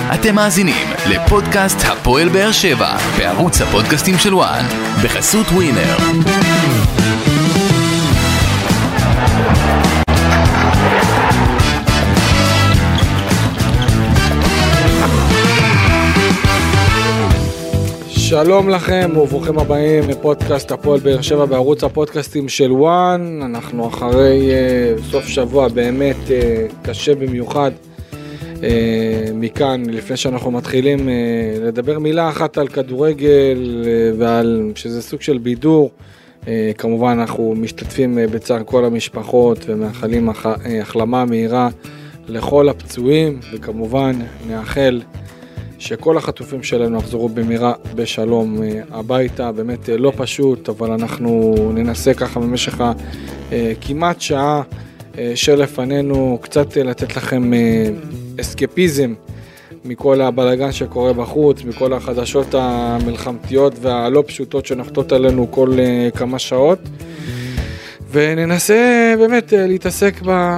אתם מאזינים לפודקאסט הפועל באר שבע, בערוץ הפודקאסטים של וואן, בחסות ווינר. שלום לכם וברוכים הבאים לפודקאסט הפועל באר שבע בערוץ הפודקאסטים של וואן. אנחנו אחרי סוף שבוע באמת קשה במיוחד. מכאן לפני שאנחנו מתחילים לדבר מילה אחת על כדורגל ועל שזה סוג של בידור. כמובן אנחנו משתתפים בצער כל המשפחות ומאחלים החלמה מהירה לכל הפצועים, וכמובן נאחל שכל החטופים שלנו יחזרו במהרה בשלום הביתה. באמת לא פשוט, אבל אנחנו ננסה ככה במשך כמעט שעה שלפנינו קצת לתת לכם אסקפיזם מכל הבלגן שקורה בחוץ, מכל החדשות המלחמתיות והלא פשוטות שנחתות עלינו כל כמה שעות, וננסה באמת להתעסק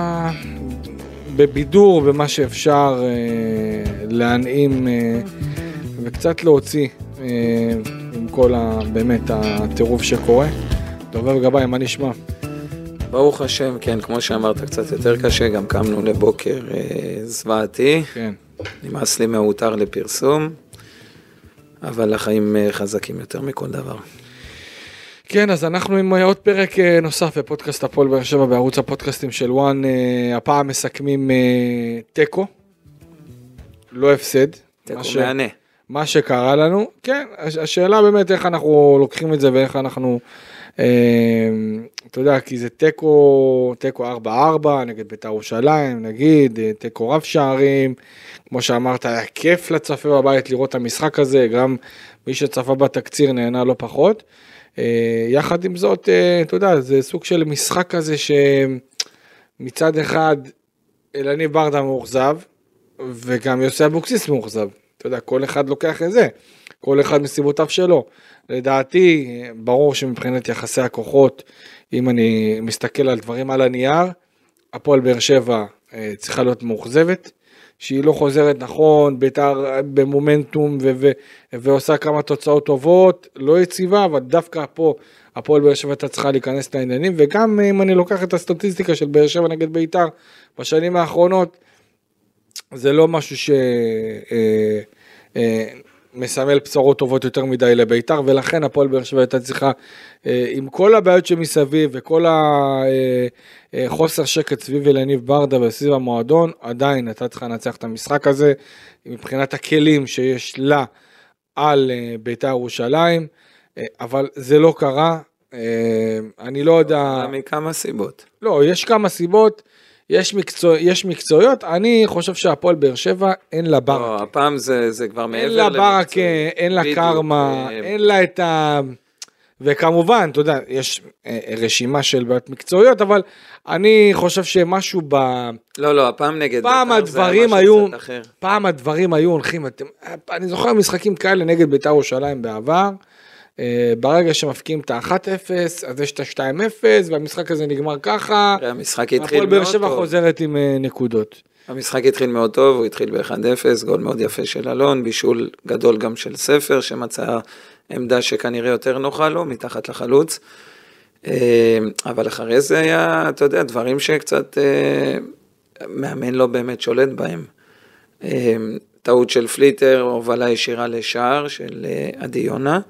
בבידור, במה שאפשר להנעים וקצת להוציא עם כל באמת הטירוף שקורה. דובר גבאי, מה נשמע? ברוך השם, כן, כמו שאמרת, קצת יותר קשה, גם קמנו לבוקר זוועתי, כן. נמאס לי מהותר לפרסום, אבל החיים חזקים יותר מכל דבר. כן, אז אנחנו עם עוד פרק נוסף בפודקאסט הפועל באר שבע בערוץ הפודקאסטים של וואן. הפעם מסכמים טקו, לא הפסד. טקו מענה. מה שקרה לנו, כן, השאלה באמת איך אנחנו לוקחים את זה ואיך אנחנו, אתה יודע, כי זה טקו 4-4 נגד בית"ר ירושלים, נגיד, טקו רב שערים, כמו שאמרת, היה כיף לצפה בבית לראות את המשחק הזה, גם מי שצפה בתקציר נהנה לא פחות. יחד עם זאת, אתה יודע, זה סוג של משחק כזה שמצד אחד אלניב ברדה מאוכזב, וגם יוסי אבוקסיס מאוכזב. אתה יודע, כל אחד לוקח את זה, כל אחד מסיבותיו שלו. לדעתי, ברור שמבחינת יחסי הכוחות, אם אני מסתכל על דברים על הנייר, הפועל באר שבע צריכה להיות מאוכזבת, שהיא לא חוזרת נכון, בית"ר במומנטום ועושה כמה תוצאות טובות, לא יציבה, אבל דווקא פה הפועל באר שבע צריכה להיכנס לעניינים, וגם אם אני לוקח את הסטטיסטיקה של באר שבע נגד בית"ר בשנים האחרונות, זה לא משהו מסמל בשורות טובות יותר מדי לבית"ר, ולכן הפועל באר שבע הייתה צריכה, עם כל הבעיות שמסביב וכל החוסר שקט סביב אלניב ברדה וסביב המועדון, עדיין הייתה צריכה לנצח את המשחק הזה, מבחינת הכלים שיש לה על בית"ר ירושלים, אבל זה לא קרה. אני לא יודע... מכמה סיבות. לא, יש כמה סיבות. יש מקצועיות, אני חושב שהפועל באר שבע אין לה ברקה. לא, הפעם זה כבר מעבר למקצועיות. אין לה ברקה, אין לה קרמה, אין לה את ה... וכמובן, אתה יודע, יש רשימה של בעיות מקצועיות, אבל אני חושב שמשהו ב... לא, הפעם נגד בית"ר זה היה משהו קצת אחר. פעם הדברים היו הולכים, אני זוכר משחקים כאלה נגד בית"ר ירושלים בעבר, ברגע שמפקיעים את ה-1-0, אז יש את ה-2-0, והמשחק הזה נגמר ככה, המשחק התחיל הפועל באר שבע חוזרת עם נקודות. המשחק התחיל מאוד טוב, הוא התחיל ב-1-0, גול מאוד יפה של אלון, בישול גדול גם של ספר, שמצא עמדה שכנראה יותר נוחה לו, מתחת לחלוץ, אבל אחרי זה היה, אתה יודע, דברים שקצת מאמן לא באמת שולט בהם. טעות של פליטר, הובלה ישירה לשער של עדי יונה,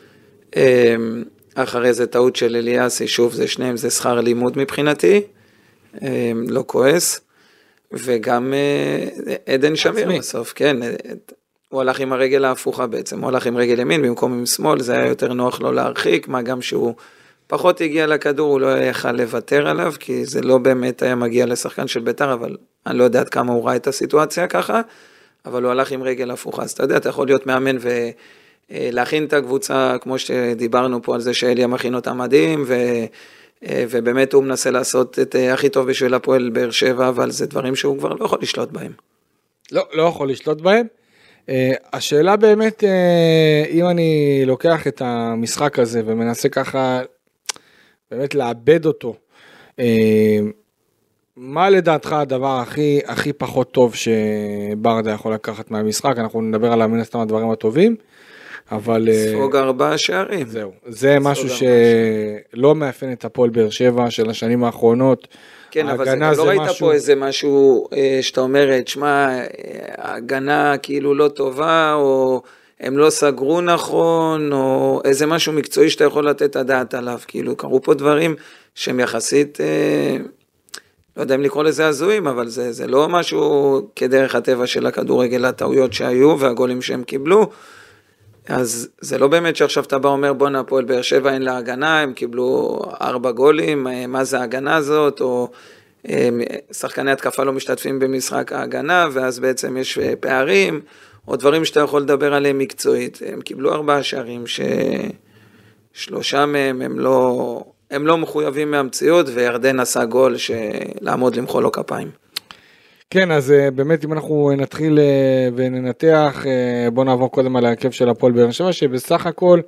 אחרי זה טעות של אליאסי, שוב זה שניהם, זה שכר לימוד מבחינתי, לא כועס, וגם עדן שמיר בסוף, כן, הוא הלך עם הרגל ההפוכה בעצם, הוא הלך עם רגל ימין במקום עם שמאל, זה היה יותר נוח לו להרחיק, מה גם שהוא פחות הגיע לכדור, הוא לא יכל לוותר עליו, כי זה לא באמת היה מגיע לשחקן של בית"ר, אבל אני לא יודע עד כמה הוא ראה את הסיטואציה ככה, אבל הוא הלך עם רגל הפוכה, אז אתה יודע, אתה יכול להיות מאמן להכין את הקבוצה, כמו שדיברנו פה על זה שאליה מכין אותה מדהים, ובאמת הוא מנסה לעשות את הכי טוב בשביל הפועל באר שבע, אבל זה דברים שהוא כבר לא יכול לשלוט בהם. לא יכול לשלוט בהם. השאלה באמת, אם אני לוקח את המשחק הזה ומנסה ככה באמת לאבד אותו, מה לדעתך הדבר הכי פחות טוב שברדה יכול לקחת מהמשחק? אנחנו נדבר על מן הסתם הדברים הטובים, אבל... ספוג 4 שערים. זהו, זה משהו שלא מאפיין את הפועל באר שבע של השנים האחרונות. כן, אבל זה לא ראית פה איזה משהו שאתה אומרת, שמה, ההגנה כאילו לא טובה, או הם לא סגרו נכון, או איזה משהו מקצועי שאתה יכול לתת הדעת עליו, כאילו קרו פה דברים שהם יחסית, לא יודע אם לקרוא לזה הזויים, אבל זה לא משהו כדרך הטבע של הכדורגל, הטעויות שהיו והגולים שהם קיבלו, אז זה לא באמת שעכשיו אתה בא אומר, בוא נפועל באר שבע אין לה הגנה, הם קיבלו 4 גולים, מה זה ההגנה הזאת, או שחקני התקפה לא משתתפים במשחק ההגנה, ואז בעצם יש פערים, או דברים שאתה יכול לדבר עליהם מקצועית. הם קיבלו 4 שערים, ש3 מהם הם לא מחויבים מהמציאות, וירדן עשה גול שלעמוד למחוא לו כפיים. כן, אז באמת אם אנחנו נתחיל וננתח, בוא נעבור קודם על ההרכב של הפועל באר שבע, שבסך הכל,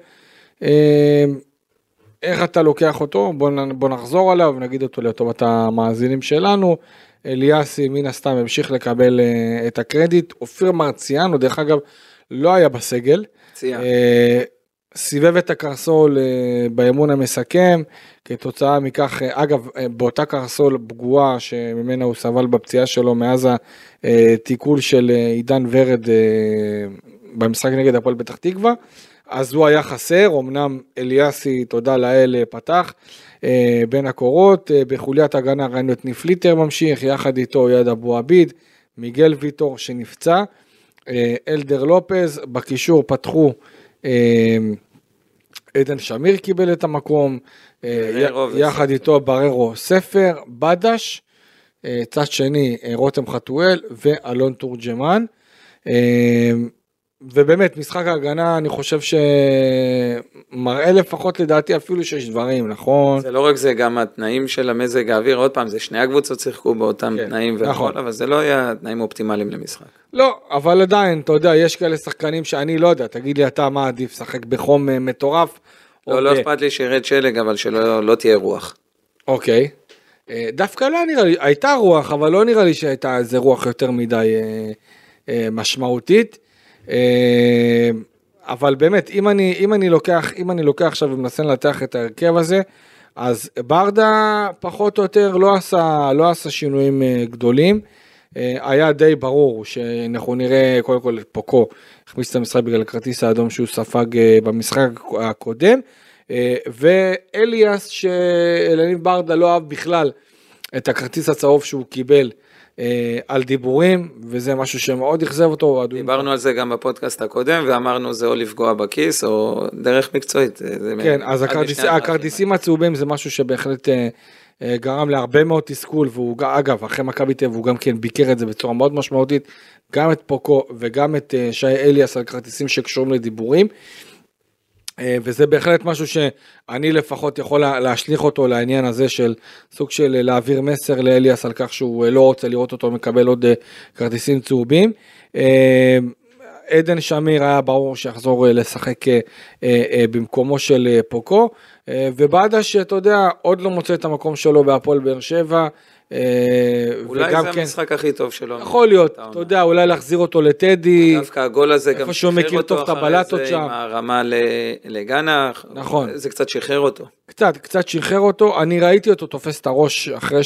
איך אתה לוקח אותו, בוא נחזור עליו, נגיד אותו לטובת המאזינים שלנו, אליאסי מן הסתם המשיך לקבל את הקרדיט, אופיר מרציאנו, דרך אגב, לא היה בסגל, סיבב את הקרסול באימון המסכם, כתוצאה מכך, אגב, באותה קרסול פגועה שממנה הוא סבל בפציעה שלו, מאז התיקול של עידן ורד במשחק נגד הפועל פתח תקווה, אז הוא היה חסר, אמנם אליאסי, תודה לאל, פתח בין הקורות, בחוליית הגנה ראינו את ניפליטר ממשיך, יחד איתו יד אבו עביד, מיגל ויטור שנפצע, אלדר לופז, בקישור פתחו, עדן שמיר קיבל את המקום, יחד איתו בררו ספר, בדש, צד שני רותם חתואל ואלון תורג'מן, ובאמת משחק ההגנה אני חושב שמראה לפחות לדעתי אפילו שיש דברים, נכון? זה לא רק זה, גם התנאים של המזג האוויר, עוד פעם זה שני הקבוצות שיחקו באותם תנאים והכל, אבל זה לא היה תנאים אופטימליים למשחק. לא, אבל עדיין, אתה יודע, יש כאלה שחקנים שאני לא יודע, תגיד לי אתה מה עדיף, שחק בחום מטורף? לא אכפת לי שירד שלג, אבל שלא תהיה רוח. אוקיי. דווקא לא נראה לי, הייתה רוח, אבל לא נראה לי שהייתה איזה רוח יותר מדי משמעותית. אבל באמת, אם אני לוקח עכשיו ומנסה לנתח את ההרכב הזה, אז ברדה פחות או יותר לא עשה שינויים גדולים, היה די ברור שאנחנו נראה קודם כל את פוקו, הכניס את המשחק בגלל הכרטיס האדום שהוא ספג במשחק הקודם, ואליאס שאלניב ברדה לא אהב בכלל את הכרטיס הצהוב שהוא קיבל על דיבורים, וזה משהו שמאוד אכזב אותו. דיברנו על זה גם בפודקאסט הקודם, ואמרנו זה או לפגוע בכיס, או דרך מקצועית. כן, אז הכרטיסים הצהובים זה משהו שבהחלט גרם להרבה מאוד תסכול, והוא אגב, אחרי מכבי תל אביב, הוא גם כן ביקר את זה בצורה מאוד משמעותית, גם את פוקו וגם את שי אליאס על כרטיסים שקשורים לדיבורים, וזה בהחלט משהו שאני לפחות יכול להשליך אותו לעניין הזה של סוג של להעביר מסר לאליאס על כך שהוא לא רוצה לראות אותו מקבל עוד כרטיסים צהובים. עדן שמיר היה ברור שיחזור לשחק במקומו של פוקו, ובעדה שאתה יודע עוד לא מוצא את המקום שלו בהפועל באר שבע, אולי זה המשחק הכי טוב שלו. יכול להיות, אתה יודע, אולי להחזיר אותו לטדי, דווקא הגול הזה גם שחרר אותו אחרי זה עם הרמה לגנה, נכון. זה קצת שחרר אותו. קצת שחרר אותו, אני ראיתי אותו תופס את הראש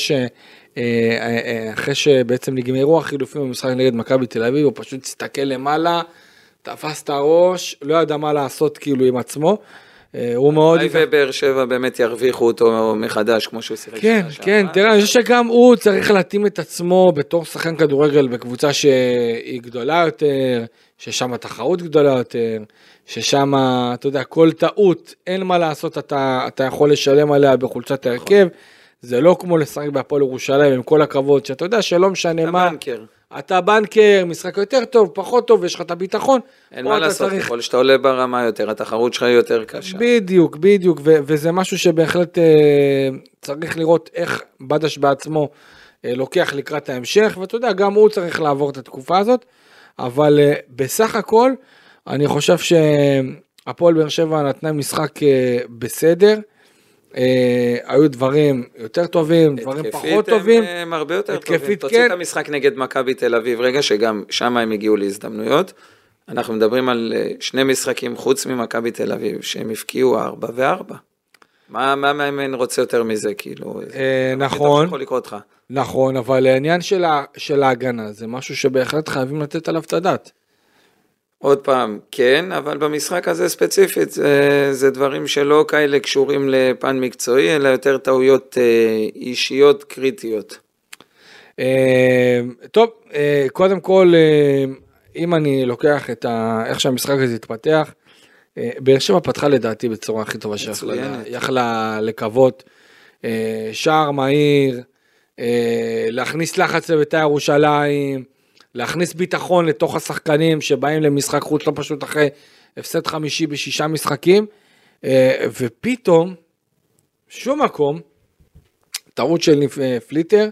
אחרי שבעצם נגמרו החילופים במשחק נגד מכבי תל אביב, הוא פשוט הסתכל למעלה, תפס את הראש, לא ידע מה לעשות כאילו עם עצמו, הוא מאוד... ובאר שבע באמת ירוויחו אותו מחדש כמו שהוא שיחק. כן, כן, תראה, אני חושב שגם הוא צריך להתאים את עצמו בתור שחקן כדורגל בקבוצה שהיא גדולה יותר, ששם התחרות גדולה יותר, ששם, אתה יודע, כל טעות, אין מה לעשות, אתה יכול לשלם עליה בחולצת ההרכב, זה לא כמו לשחק בהפועל ירושלים עם כל הכבוד, שאתה יודע שלא משנה מה, אתה בנקר, משחק יותר טוב, פחות טוב, יש לך את הביטחון. אין מה לעשות, יכול שאתה עולה ברמה יותר, התחרות שלך יותר קשה. בדיוק, וזה משהו שבהחלט צריך לראות איך בדש בעצמו לוקח לקראת ההמשך, ואתה יודע, גם הוא צריך לעבור את התקופה הזאת, אבל בסך הכל, אני חושב שהפועל באר שבע נתנה משחק בסדר, היו דברים יותר טובים, דברים פחות טובים. הם הרבה יותר טובים. תוציא את המשחק נגד מכבי תל אביב, רגע שגם שם הם הגיעו להזדמנויות. אנחנו מדברים על שני משחקים חוץ ממכבי תל אביב, שהם הפקיעו 4 ו4. מה מאמן רוצה יותר מזה, כאילו? נכון. יכול לקרוא אותך. נכון, אבל העניין של ההגנה, זה משהו שבהחלט חייבים לתת עליו את הדעת. עוד פעם, כן, אבל במשחק הזה ספציפית, זה דברים שלא כאלה קשורים לפן מקצועי, אלא יותר טעויות אישיות קריטיות. טוב, קודם כל, אם אני לוקח את איך שהמשחק הזה התפתח, באר שבע פתחה לדעתי בצורה הכי טובה שיכלה לקוות, שער מהיר, להכניס לחץ לבית"ר ירושלים, להכניס ביטחון לתוך השחקנים שבאים למשחק חוץ לא פשוט אחרי הפסד 5 ב6 משחקים, ופתאום, שום מקום, טעות של פליטר,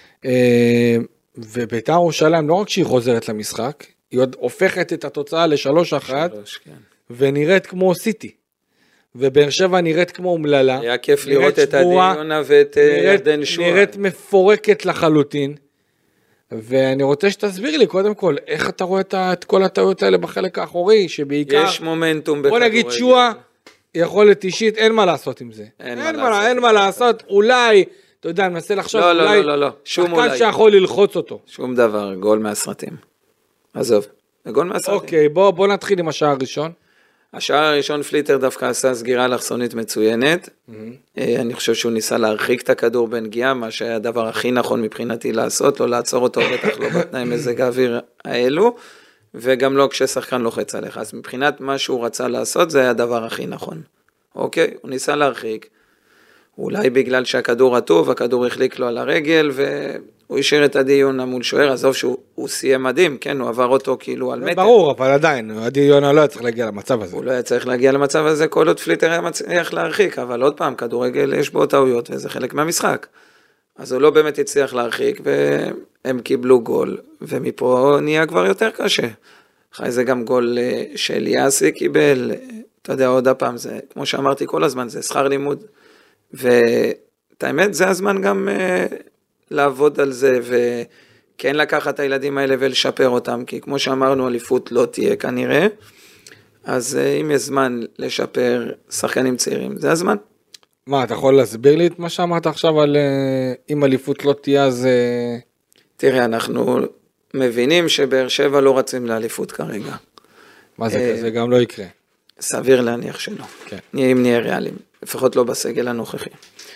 ובית"ר ירושלים לא רק שהיא חוזרת למשחק, היא עוד הופכת את התוצאה ל3-1, ונראית כמו סיטי, ובאר שבע נראית כמו אומללה. היה כיף לראות את הדיונה ואת ירדן שועה. נראית מפורקת לחלוטין, ואני רוצה שתסביר לי קודם כל, איך אתה רואה את כל הטעויות האלה בחלק האחורי, שבעיקר... יש מומנטום בכדורגל. בוא נגיד שועה, יכולת אישית, אין מה לעשות עם זה. אין מה לעשות, אולי, אתה יודע, אני מנסה לחשוב, אולי, שחקן שיכול ללחוץ אותו. שום דבר, גול מהסרטים. עזוב, גול מהסרטים. אוקיי, בוא נתחיל עם השער הראשון. השער הראשון פליטר דווקא עשה סגירה אלכסונית מצוינת, אני חושב שהוא ניסה להרחיק את הכדור בנגיעה, מה שהיה הדבר הכי נכון מבחינתי לעשות, לא לעצור אותו, בטח לא בתנאי מזג האוויר האלו, וגם לא כששחקן לוחץ עליך, אז מבחינת מה שהוא רצה לעשות, זה היה הדבר הכי נכון, אוקיי, הוא ניסה להרחיק, אולי בגלל שהכדור רטוב, הכדור החליק לו על הרגל, הוא השאיר את הדיון מול שוער, עזוב שהוא סיים מדהים, כן, הוא עבר אותו כאילו על מטר. ברור, אבל עדיין, הדיון לא היה צריך להגיע למצב הזה. הוא לא היה צריך להגיע למצב הזה, כל עוד פליטר היה מצליח להרחיק, אבל עוד פעם, כדורגל יש בו טעויות, וזה חלק מהמשחק. אז הוא לא באמת הצליח להרחיק, והם קיבלו גול, ומפה נהיה כבר יותר קשה. אחרי זה גם גול שאליאסי קיבל, אתה יודע, עוד הפעם, זה, כמו שאמרתי כל הזמן, זה שכר לימוד, ואת האמת, זה הזמן גם לעבוד על זה, וכן לקחת את הילדים האלה ולשפר אותם, כי כמו שאמרנו, אליפות לא תהיה כנראה, אז אם יש זמן לשפר שחקנים צעירים, זה הזמן. מה, אתה יכול להסביר לי את מה שאמרת עכשיו על אם אליפות לא תהיה, אז... תראה, אנחנו מבינים שבאר שבע לא רצים לאליפות כרגע. מה זה כזה? גם לא יקרה. סביר להניח שלא. כן. אם נהיה ריאליים, לפחות לא בסגל הנוכחי.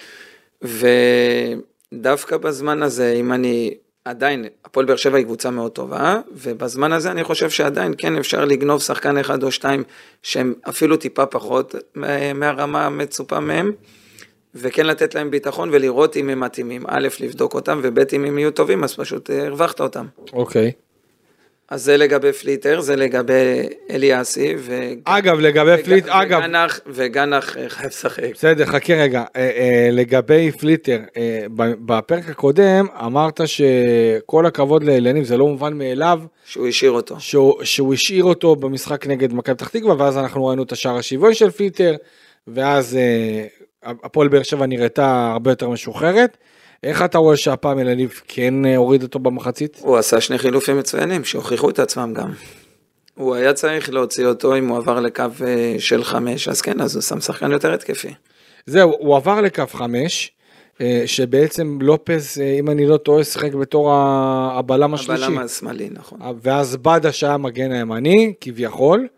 ודווקא בזמן הזה, אם אני עדיין, הפועל באר שבע היא קבוצה מאוד טובה, ובזמן הזה אני חושב שעדיין כן אפשר לגנוב שחקן אחד או שתיים, שהם אפילו טיפה פחות מהרמה המצופה מהם, וכן לתת להם ביטחון ולראות אם הם מתאימים. א', לבדוק אותם, וב', אם הם יהיו טובים, אז פשוט הרווחת אותם. אוקיי. אז זה לגבי פליטר, זה לגבי אליאסי, אגב, לגבי פליטר, אגב. וגנח חייב שחק. בסדר, חכה רגע, לגבי פליטר, בפרק הקודם אמרת שכל הכבוד לאלניב, זה לא מובן מאליו. שהוא השאיר אותו. שהוא השאיר אותו במשחק נגד מכבי פתח תקווה, ואז אנחנו ראינו את השער השוויון של פליטר, ואז הפועל באר שבע נראתה הרבה יותר משוחררת. איך אתה רואה שהפעם אלניב כן הוריד אותו במחצית? הוא עשה 2 חילופים מצוינים, שהוכיחו את עצמם גם. הוא היה צריך להוציא אותו אם הוא עבר לקו של 5, אז כן, אז הוא שם שחקן יותר התקפי. זהו, הוא עבר לקו 5, שבעצם לופס, אם אני לא טועה, שחק בתור הבלם השלישי. הבלם השמאלי, נכון. ואז בדה שהיה מגן הימני, כביכול,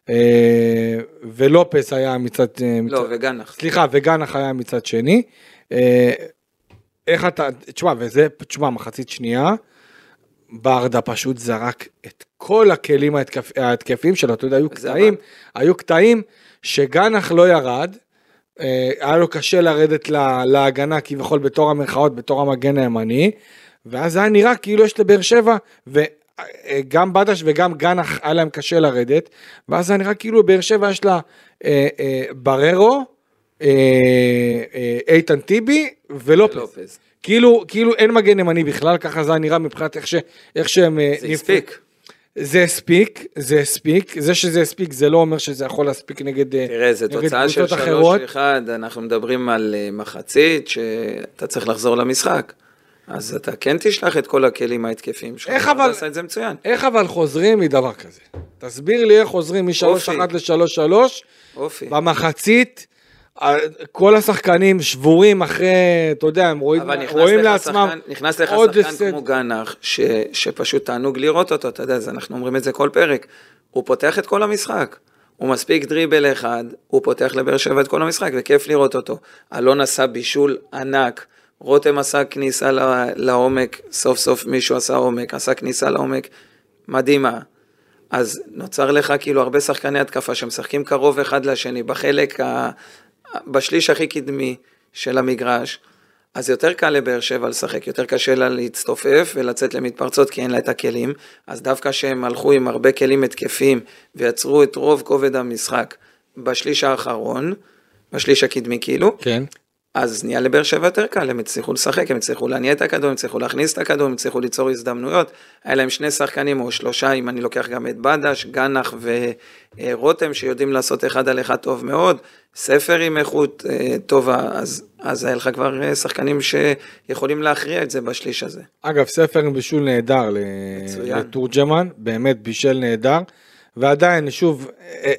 ולופס היה מצד... לא, וגנח. סליחה, וגנח היה מצד שני. איך אתה, תשמע, מחצית שנייה, ברדה פשוט זרק את כל הכלים ההתקפיים שלו, אתה יודע, היו קטעים שגנח לא ירד, היה לו קשה לרדת להגנה כביכול בתור המרכאות, בתור המגן הימני, ואז היה נראה כאילו יש לבאר שבע, וגם בדש וגם גנח היה להם קשה לרדת, ואז היה נראה כאילו באר שבע יש לה בררו, איתן טיבי ולופס. כאילו אין מגן ימני בכלל, ככה זה נראה מבחינת איך שהם... זה הספיק. זה הספיק, זה שזה הספיק, זה לא אומר שזה יכול להספיק נגד תראה, זה תוצאה של 3-1, אנחנו מדברים על מחצית, שאתה צריך לחזור למשחק, אז אתה כן תשלח את כל הכלים ההתקפים, שאתה עושה את זה מצוין. איך אבל חוזרים מדבר כזה? תסביר לי איך חוזרים מ-3-1 ל-3-3, במחצית, כל השחקנים שבורים אחרי, אתה יודע, הם רואים לעצמם. נכנס לך שחקן כמו גנח, שפשוט תענוג לראות אותו, אתה יודע, אנחנו אומרים את זה כל פרק, הוא פותח את כל המשחק, הוא מספיק דריבל אחד, הוא פותח לבאר שבע את כל המשחק, וכיף לראות אותו. אלון עשה בישול ענק, רותם עשה כניסה לעומק, סוף סוף מישהו עשה עומק, עשה כניסה לעומק, מדהימה. אז נוצר לך כאילו הרבה שחקני התקפה שמשחקים קרוב אחד לשני, בשליש הכי קדמי של המגרש, אז יותר קל לבאר שבע לשחק, יותר קשה לה להצטופף ולצאת למתפרצות כי אין לה את הכלים, אז דווקא שהם הלכו עם הרבה כלים התקפים ויצרו את רוב כובד המשחק בשליש האחרון, בשליש הקדמי כאילו, כן. אז נהיה לבאר שבע יותר קל, הם הצליחו לשחק, הם הצליחו להניע את הכדור, הם הצליחו להכניס את הכדור, הם הצליחו ליצור הזדמנויות, היה להם 2 שחקנים או 3, אם אני לוקח גם את בדש, גנח ורותם, שיודעים לעשות 1 על 1 טוב מאוד, ספר עם איכות טובה, אז היה לך כבר שחקנים שיכולים להכריע את זה בשליש הזה. אגב, ספר עם בישול נהדר לתורג'מן, באמת בישל נהדר, ועדיין, שוב,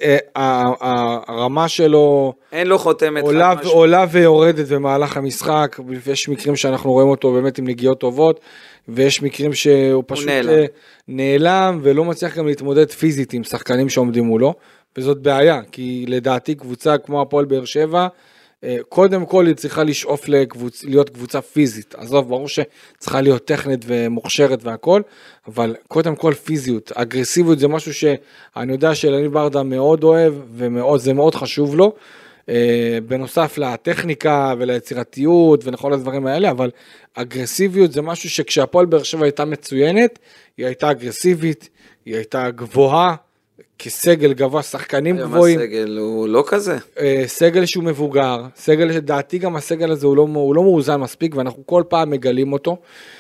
הרמה שלו אין לו חותמת עולה ויורדת במהלך המשחק, יש מקרים שאנחנו רואים אותו באמת עם נגיעות טובות, ויש מקרים שהוא פשוט נעלם, ולא מצליח גם להתמודד פיזית עם שחקנים שעומדים מולו, וזאת בעיה, כי לדעתי קבוצה כמו הפועל באר שבע, קודם כל היא צריכה לשאוף להיות קבוצה פיזית, עזוב, ברור שצריכה להיות טכנית ומוכשרת והכל, אבל קודם כל פיזיות, אגרסיביות זה משהו שאני יודע שאליניב ברדה מאוד אוהב, וזה מאוד חשוב לו, בנוסף לטכניקה וליצירתיות ולכל הדברים האלה, אבל אגרסיביות זה משהו שכשהפועל באר שבע הייתה מצוינת, היא הייתה אגרסיבית, היא הייתה גבוהה, כסגל גבוה, שחקנים גבוהים. היום הסגל הוא לא כזה. סגל שהוא מבוגר, סגל שדעתי גם הסגל הזה הוא לא מאוזן מספיק, ואנחנו כל פעם מגלים אותו,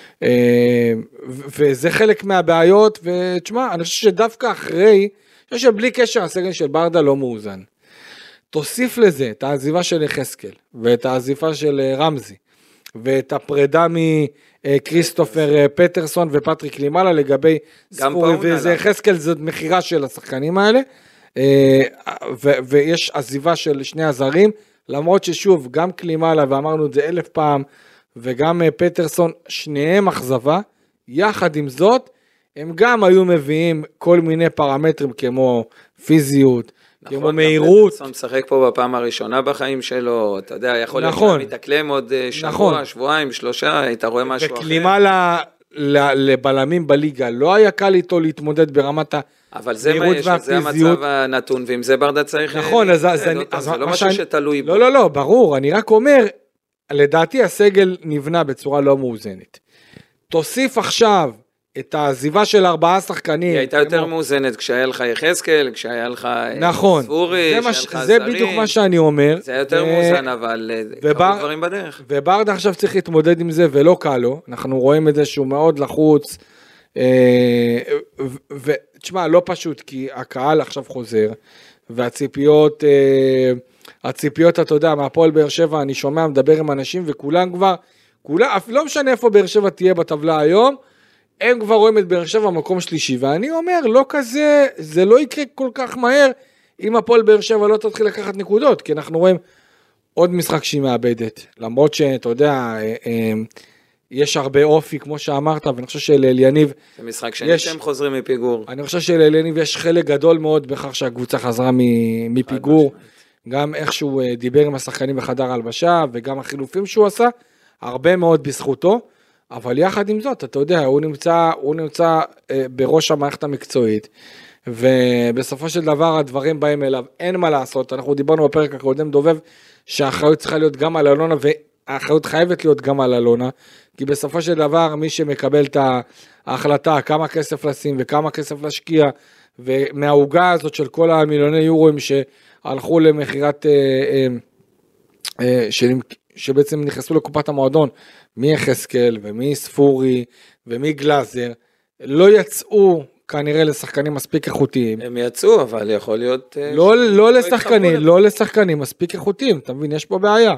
וזה חלק מהבעיות, ותשמע, אני חושב שדווקא אחרי, אני חושב שבלי קשר הסגל של ברדה לא מאוזן. תוסיף לזה את העזיבה של יחזקאל, ואת העזיבה של רמזי, ואת הפרידה מקריסטופר פטרסון ופטריק לימאלה לגבי ספורי, וזה יחזקאל, זאת מחירה של השחקנים האלה, ויש עזיבה של 2 הזרים, למרות ששוב, גם קלימאלה, ואמרנו את זה 1000 פעם, וגם פטרסון, שניהם אכזבה, יחד עם זאת, הם גם היו מביאים כל מיני פרמטרים כמו פיזיות, כמו מהירות. פטרסון משחק פה בפעם הראשונה בחיים שלו, אתה יודע, יכול להיות שהוא מתאקלם עוד שבוע, שבועיים, 3, היית רואה משהו אחר. וקלימה לבלמים בליגה, לא היה קל איתו להתמודד ברמת אבל זה מה יש, זה המצב הנתון, ואם זה ברדה צריך... נכון, אז זה לא משהו שתלוי בו. לא, ברור, אני רק אומר, לדעתי הסגל נבנה בצורה לא מאוזנת. תוסיף עכשיו את העזיבה של 4 שחקנים. היא הייתה יותר מאוזנת כשהיה לך יחזקאל, כשהיה לך נכון, ספורי, זה בדיוק מה שאני אומר. זה יותר מאוזן, אבל קרו דברים בדרך. וברדה עכשיו צריך להתמודד עם זה, ולא קל לו. אנחנו רואים את זה שהוא מאוד לחוץ, ותשמע, לא פשוט, כי הקהל עכשיו חוזר, והציפיות, אתה יודע, מהפועל באר שבע, אני שומע, מדבר עם אנשים, וכולם כבר, לא משנה איפה באר שבע תהיה בטבלה היום, הם כבר רואים את באר שבע מקום שלישי, ואני אומר, לא כזה, זה לא יקרה כל כך מהר, אם הפועל באר שבע לא תתחיל לקחת נקודות, כי אנחנו רואים עוד משחק שהיא מאבדת, למרות שאתה יודע, יש הרבה אופי, כמו שאמרת, ואני חושב שלאליניב... זה משחק שהם חוזרים מפיגור. אני חושב שלאליניב יש חלק גדול מאוד בכך שהקבוצה חזרה מפיגור, גם איך שהוא דיבר עם השחקנים בחדר הלבשה, וגם החילופים שהוא עשה, הרבה מאוד בזכותו, אבל יחד עם זאת, אתה יודע, הוא נמצא בראש המערכת המקצועית, ובסופו של דבר הדברים באים אליו, אין מה לעשות, אנחנו דיברנו בפרק הקודם דובב, שהאחריות צריכה להיות גם על אלונה, והאחריות חייבת להיות גם על אלונה, כי בסופו של דבר מי שמקבל את ההחלטה, כמה כסף לשים וכמה כסף להשקיע, ומההוגה הזאת של כל המיליוני יורוים שהלכו למחירת, שבעצם נכנסו לקופת המועדון, מי יחזקאל ומי ספורי ומי גלאזר, לא יצאו כנראה לשחקנים מספיק איכותיים. הם יצאו, אבל יכול להיות... לא לשחקנים מספיק איכותיים, אתה מבין, יש פה בעיה.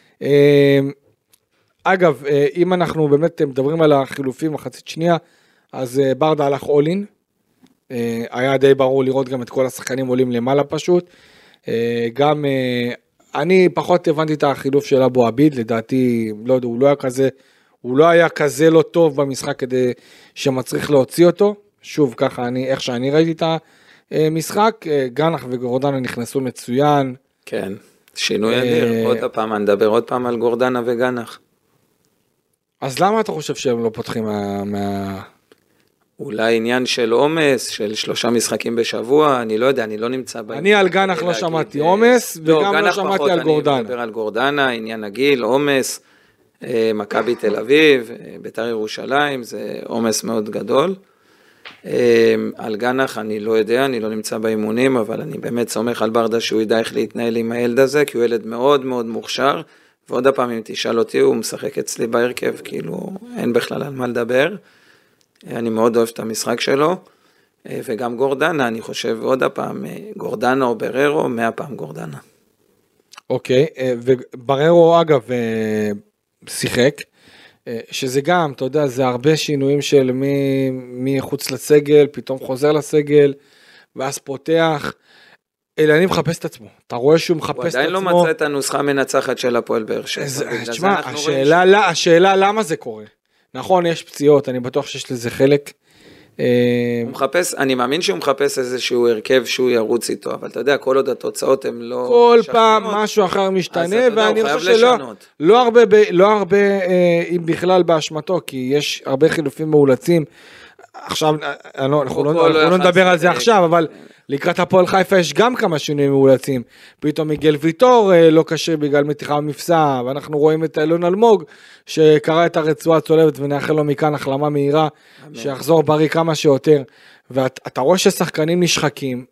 אגב, אם אנחנו באמת מדברים על החילופים מחצית שנייה, אז ברדה הלך אולין, היה די ברור לראות גם את כל השחקנים עולים למעלה פשוט, גם אני פחות הבנתי את החילוף של אבו עביד, לדעתי, לא יודע, הוא לא היה כזה לא טוב במשחק כדי שמצריך להוציא אותו, שוב ככה איך שאני ראיתי את המשחק, גנח וגורדנה נכנסו מצוין. כן, שינוי אדיר, עוד פעם, אני אדבר עוד פעם על גורדנה וגנח. אז למה אתה חושב שהם לא פותחים אולי עניין של עומס, של 3 משחקים בשבוע, אני לא יודע, אני לא נמצא בהם. אני על גנח לא שמעתי עומס, וגם לא שמעתי על גורדנה. אני מדבר על גורדנה, עניין הגיל, עומס, מכבי תל אביב, בית"ר ירושלים, זה עומס מאוד גדול. על גנח אני לא יודע, אני לא נמצא באימונים, אבל אני באמת סומך על ברדה שהוא ידע איך להתנהל עם הילד הזה, כי הוא ילד מאוד מאוד מוכשר, ועוד הפעם אם תשאל אותי, הוא משחק אצלי בהרכב, כאילו אין בכלל על מה לדבר. אני מאוד אוהב את המשחק שלו, וגם גורדנה, אני חושב עוד הפעם, גורדנה או בררו, 100 פעם גורדנה. אוקיי, ובררו אגב שיחק, שזה גם, אתה יודע, זה הרבה שינויים של מי חוץ לסגל, פתאום חוזר לסגל, ואז פותח, אלא אני מחפש את עצמו, אתה רואה שהוא מחפש את עצמו. הוא עדיין לא מצא את הנוסחה המנצחת של הפועל באר שבע. תשמע, השאלה למה זה קורה? נכון, יש פציעות, אני בטוח שיש לזה חלק. הוא מחפש, אני מאמין שהוא מחפש איזשהו הרכב שהוא ירוץ איתו, אבל אתה יודע, כל עוד התוצאות הן לא... כל פעם משהו אחר משתנה, ואני חושב שלא הרבה, אם בכלל באשמתו, כי יש הרבה חילופים מאולצים. עכשיו, אנחנו לא נדבר על זה עכשיו, אבל לקראת הפועל חיפה יש גם כמה שינויים מאולצים. פתאום מיגל ויטור לא קשה בגלל מתיחה במפסע, ואנחנו רואים את אלון אלמוג, שקרא את הרצועה הצולבת, ונאחל לו מכאן החלמה מהירה, שיחזור בריא כמה שיותר. ואתה רואה ששחקנים נשחקים,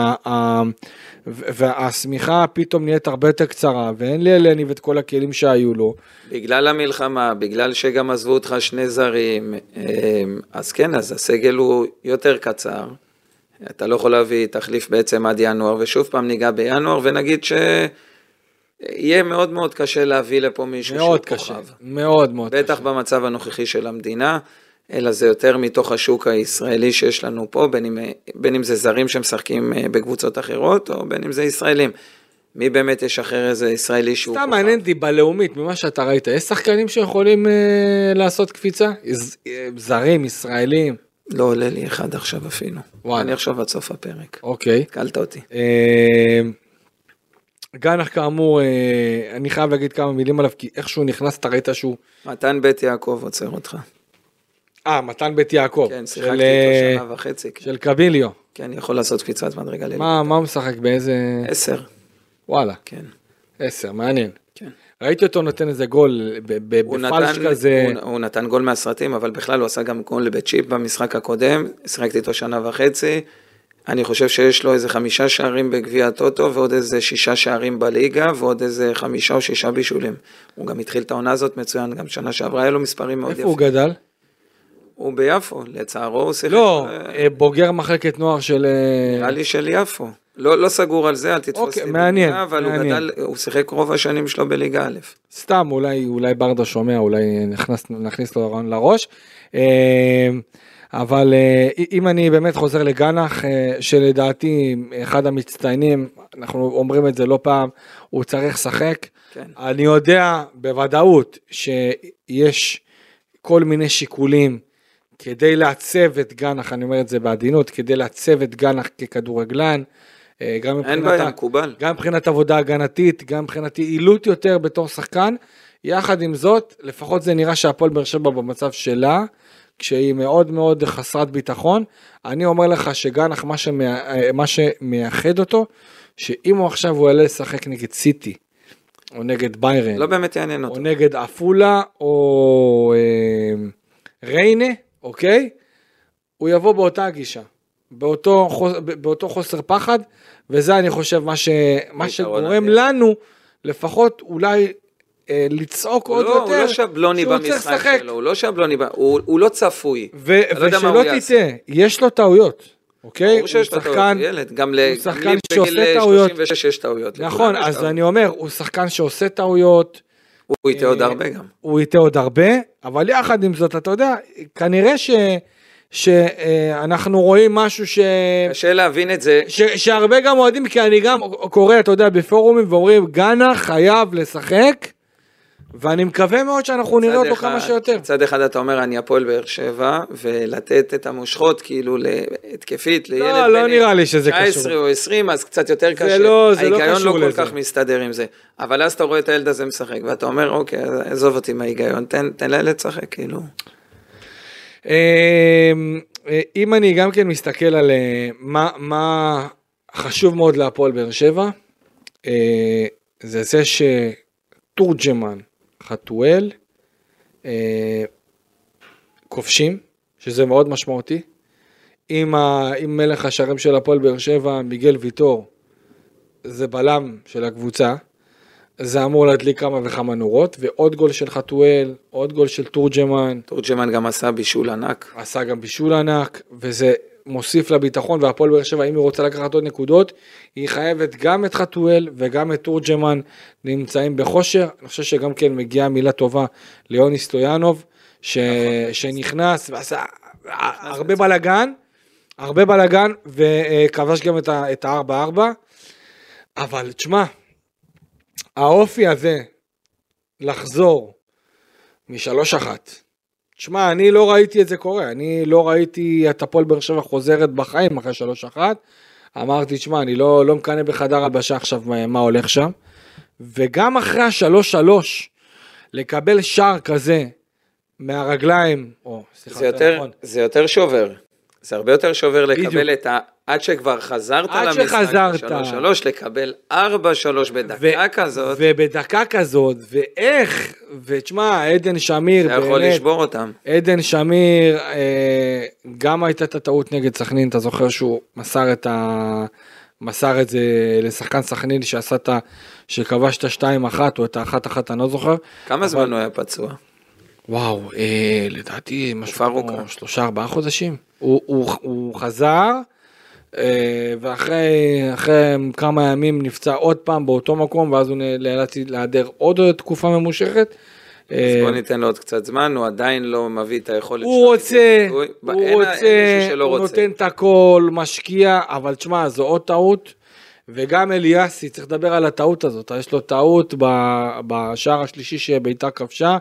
והסמיכה פתאום נהיית הרבה יותר קצרה, ואין לי להניב את כל הכלים שהיו לו. בגלל המלחמה, בגלל שגם עזבו אותך 2 זרים, אז כן, אז הסגל הוא יותר קצר, אתה לא יכול להביא תחליף בעצם עד ינואר, ושוב פעם ניגע בינואר, ונגיד שיהיה מאוד מאוד קשה להביא לפה מישהו שהוא כוכב. מאוד מאוד קשה. בטח במצב הנוכחי של המדינה, אלא זה יותר מתוך השוק הישראלי שיש לנו פה, בין אם זה זרים שמשחקים בקבוצות אחרות, או בין אם זה ישראלים. מי באמת יש אחר איזה ישראלי שהוא כוכב? סתם מעניין אותי בלאומית, ממה שאתה ראית, יש שחקנים שיכולים לעשות קפיצה? זרים, ישראלים? לא עולה לי אחד עכשיו אפילו. אני עכשיו עד סוף הפרק. אוקיי. קלת אותי. גנח כאמור, אני חייב להגיד כמה מילים עליו, כי איכשהו נכנס, אתה ראית שהוא... מתן בית יעקב עוצר אותך. מתן בית יעקב. כן, שיחקתי איתו 1.5 שנה. של קביליו. כן, יכול לעשות קפיצת מדרגה לילית. מה הוא משחק באיזה... 10. וואלה. כן. 10, מעניין. כן. ראיתי אותו נותן איזה גול בפלש כזה. הוא נתן גול מהסרטים, אבל בכלל הוא עשה גם גול בצ'יפ במשחק הקודם, שיחקתי איתו 1.5 שנה. אני חושב שיש לו איזה 5 שערים בגביע הטוטו, ועוד איזה 6 שערים בליגה, ועוד איזה 5 או 6 בישולים. הוא גם התחיל את העונה הזאת מצוין, גם שנה שעברה היה לו מספרים מאוד יפים. איפה הוא גדל? הוא ביפו, לצערו הוא שיחק. לא, בוגר מחלקת נוער של... נראה לי של יפו. לא סגור על זה, אל תתפוס לי מעניין, אבל הוא גדל, הוא שיחק רוב השנים שלו בליגה א'. סתם, אולי ברדה שומע, אולי נכניס לו רעיון לראש. אבל אם אני באמת חוזר לגנח, שלדעתי אחד המצטיינים, אנחנו אומרים את זה לא פעם, הוא צריך לשחק. כן. אני יודע בוודאות שיש כל מיני שיקולים כדי לעצב את גנח, אני אומר את זה בעדינות, כדי לעצב את גנח ככדורגלן, אין בעיה, מקובל. גם מבחינת עבודה הגנתית, גם מבחינת יעילות יותר בתור שחקן, יחד עם זאת, לפחות זה נראה שהפועל באר שבע במצב שלה, כשהיא מאוד מאוד חסרת ביטחון, אני אומר לך שגנח מה שמייחד אותו, שאם הוא עכשיו הוא יעלה לשחק נגד סיטי, או נגד ביירן, לא באמת יעניין אותו. או נגד אפולה, או ריינה, אוקיי? הוא יבוא באותה הגישה, באותו חוסר פחד, וזה אני חושב מה שגורם לנו, לפחות אולי לצעוק עוד יותר. הוא לא שבלוני במשחק שלו, הוא לא שבלוני, הוא לא צפוי. ושלא תטעה, יש לו טעויות. אוקיי? הוא שחקן, גם שעושה טעויות. 36 יש טעויות. נכון, אז אני אומר, הוא שחקן שעושה טעויות. הוא איתה עוד הרבה גם. הוא איתה עוד הרבה, אבל יחד עם זאת, אתה יודע, כנראה שאנחנו רואים משהו קשה להבין את זה. שהרבה גם אוהדים, כי אני גם קורא, אתה יודע, בפורומים, ואומרים, גנה חייב לשחק, ואני מקווה מאוד שאנחנו נראה אותו כמה שיותר. מצד אחד אתה אומר, אני הפועל באר שבע, ולתת את המושכות כאילו להתקפית, לילד לא נראה לי שזה קשור. 19 או 20, אז קצת יותר קשה. ההיגיון לא כל כך מסתדר עם זה. אבל אז אתה רואה את הילד הזה משחק, ואתה אומר, אוקיי, עזוב אותי מההיגיון, תן לילד לשחק, כאילו. אם אני גם כן מסתכל על מה חשוב מאוד להפועל באר שבע, זה שתורג'מן, חתואל, כובשים, שזה מאוד משמעותי. עם מלך השערים של הפועל באר שבע, מיגל ויטור, זה בלם של הקבוצה, זה אמור להדליק כמה וכמה נורות, ועוד גול של חתואל, עוד גול של תורג'מן. תורג'מן גם עשה בישול ענק. עשה גם בישול ענק, וזה מוסיף לביטחון, והפועל באר שבע, אם היא רוצה לקחת עוד נקודות, היא חייבת גם את חתואל וגם את תורג'מן נמצאים בחושר. אני חושב שגם כן מגיעה מילה טובה ליוני סטויאנוב, שנכנס ועשה הרבה בלגן, וכבש גם את ה-4-4, אבל תשמע, האופי הזה לחזור מ-3-1, תשמע, אני לא ראיתי את זה קורה, אני לא ראיתי את הפועל באר שבע חוזרת בחיים אחרי 3-1, אמרתי, תשמע, אני לא מקנה בחדר הלבשה עכשיו מה הולך שם, וגם אחרי ה-3-3, לקבל שער כזה מהרגליים, זה יותר שובר, זה הרבה יותר שובר לקבל את עד שכבר חזרת למשחק, 3-3, לקבל 4-3 בדקה כזאת. ובדקה כזאת, ואיך, ותשמע, עדן שמיר, אתה יכול לשבור אותם. עדן שמיר, גם הייתה את הטעות נגד סכנין, אתה זוכר שהוא מסר את זה לשחקן סכנין, שכבש את ה-2-1, או את ה-1-1, אני לא זוכר. כמה זמן הוא היה פצוע? וואו, לדעתי, משהו 3-4 חודשים. הוא חזר, ואחרי כמה ימים נפצע עוד פעם באותו מקום, ואז הוא נאלץ להיעדר עוד תקופה ממושכת. אז בוא ניתן לו עוד קצת זמן, הוא עדיין לא מביא את היכולת. הוא רוצה, הוא נותן את הכל, משקיע, אבל תשמע, זו עוד טעות, וגם אליאסי, צריך לדבר על הטעות הזאת, יש לו טעות בשער השלישי שביתה כבשה,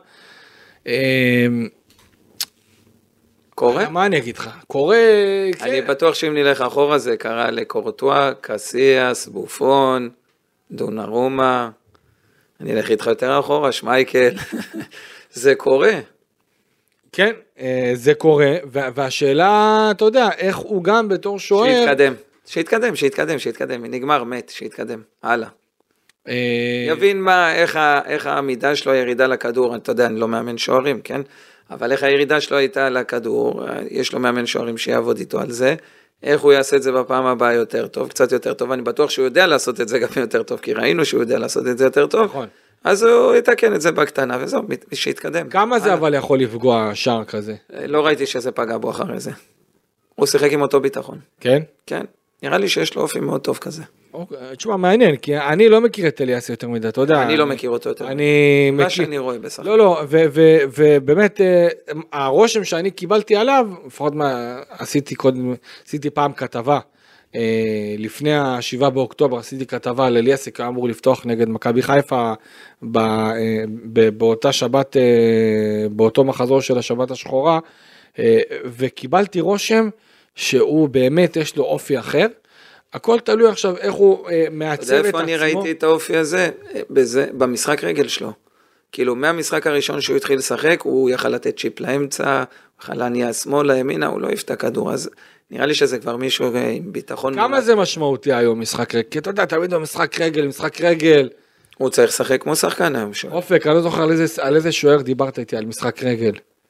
קורה? מה אני אגיד לך? קורה... אני בטוח שאם נלך אחורה זה קרה לקורטואה, קסיאס, בופון, דונרומה, אני אלך איתך יותר אחורה, שמייקל, זה קורה. כן, זה קורה, והשאלה, אתה יודע, איך הוא גם בתור שוער... שיתקדם, נגמר, מת, שיתקדם, הלאה. יבין איך העמידה שלו הירידה לכדור, אתה יודע, אני לא מאמן שוערים, כן? אבל איך הירידה שלו הייתה לכדור, יש לו מאמן שוערים שיעבוד איתו על זה, איך הוא יעשה את זה בפעם הבאה יותר טוב, קצת יותר טוב, אני בטוח שהוא יודע לעשות את זה גם יותר טוב, כי ראינו שהוא יודע לעשות את זה יותר טוב, נכון. אז הוא יתקן את זה בקטנה, וזהו, שיתקדם. כמה זה אבל יכול לפגוע שער כזה? לא ראיתי שזה פגע בו אחרי זה. הוא שיחק עם אותו ביטחון. כן? כן, נראה לי שיש לו אופי מאוד טוב כזה. תשמע, מעניין, כי אני לא מכיר את אליאסי יותר מדי, אתה יודע. אני לא מכיר אותו יותר מדי. מה שאני רואה בסך. לא, ובאמת, הרושם שאני קיבלתי עליו, לפחות עשיתי פעם כתבה, לפני ה7 באוקטובר, עשיתי כתבה על אליאסי, כי אמור לפתוח נגד מכבי חיפה, באותה שבת, באותו מחזור של השבת השחורה, וקיבלתי רושם שהוא באמת יש לו אופי אחר, הכל תלוי עכשיו איך הוא מעצב את עצמו. איפה אני ראיתי את האופי הזה? במשחק רגל שלו. כאילו מהמשחק הראשון שהוא התחיל לשחק, הוא יכל לתת צ'יפ לאמצע, הוא יכל להניע שמאל לימינה, הוא לא יפתע כדור, אז נראה לי שזה כבר מישהו עם ביטחון. כמה זה משמעותי היום משחק רגל? כי אתה יודע, תמיד במשחק רגל. הוא צריך לשחק כמו שחקן היום. אופק, אני לא זוכר על איזה שוער דיברת איתי על משחק רגל.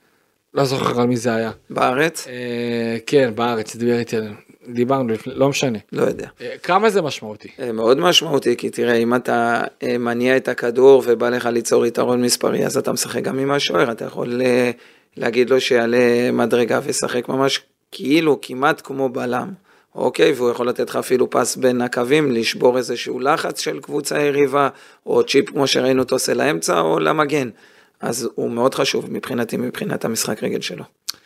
לא זוכר על מי זה היה. בארץ? כן, בארץ, דיברנו, לא משנה. לא יודע. כמה זה משמעותי? מאוד משמעותי, כי תראה, אם אתה מניע את הכדור ובא לך ליצור יתרון מספרי, אז אתה משחק גם עם השוער, אתה יכול להגיד לו שיעלה מדרגה ושחק ממש כאילו, כמעט כמו בלם. אוקיי, והוא יכול לתת לך אפילו פס בין הקווים, לשבור איזשהו לחץ של קבוצה יריבה, או צ'יפ כמו שראינו אותו עושה לאמצע, או למגן. אז הוא מאוד חשוב מבחינתי, מבחינת המשחק רגל שלו.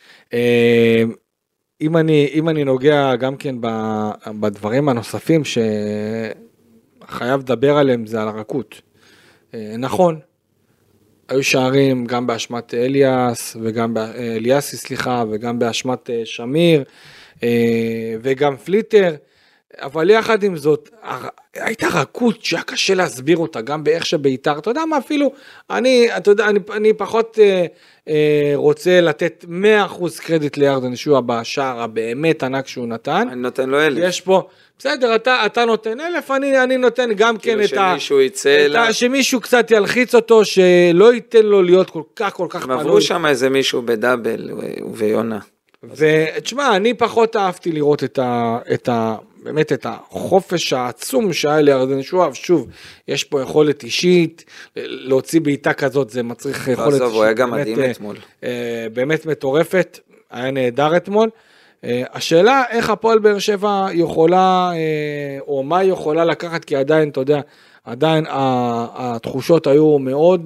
אם אני נוגע גם כן בדברים הנוספים שחייב לדבר עליהם, זה על הרכות. נכון, היו שערים גם באשמת אליאסי, וגם באשמת שמיר, וגם פליטר, אבל יחד עם זאת, הייתה רכות שהיה קשה להסביר אותה, גם באיך שביתר, אתה יודע מה אפילו, אני פחות רוצה לתת 100% קרדיט לירדן שועה בשער הבאמת ענק שהוא נתן. אני נותן לו 1,000. יש פה, בסדר, אתה נותן 1,000, אני נותן גם כן את שמישהו יצא לה... שמישהו קצת ילחיץ אותו, שלא ייתן לו להיות כל כך פנוי. עברו שם איזה מישהו בדאבל ויונה. ותשמע, אני פחות אהבתי לראות באמת את החופש העצום שהיה לירדן שועה, שוב, יש פה יכולת אישית, להוציא בעיטה כזאת, זה מצריך יכולת אישית. הוא היה גם מדהים אתמול. באמת מטורפת, היה נהדר אתמול. השאלה איך הפועל באר שבע יכולה, או מה יכולה לקחת, כי עדיין, אתה יודע, עדיין התחושות היו מאוד,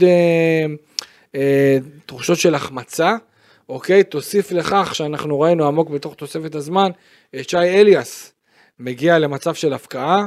תחושות של החמצה, אוקיי, תוסיף לכך שאנחנו ראינו עמוק בתוך תוספת הזמן, שי אליאס מגיע למצב של הפקעה,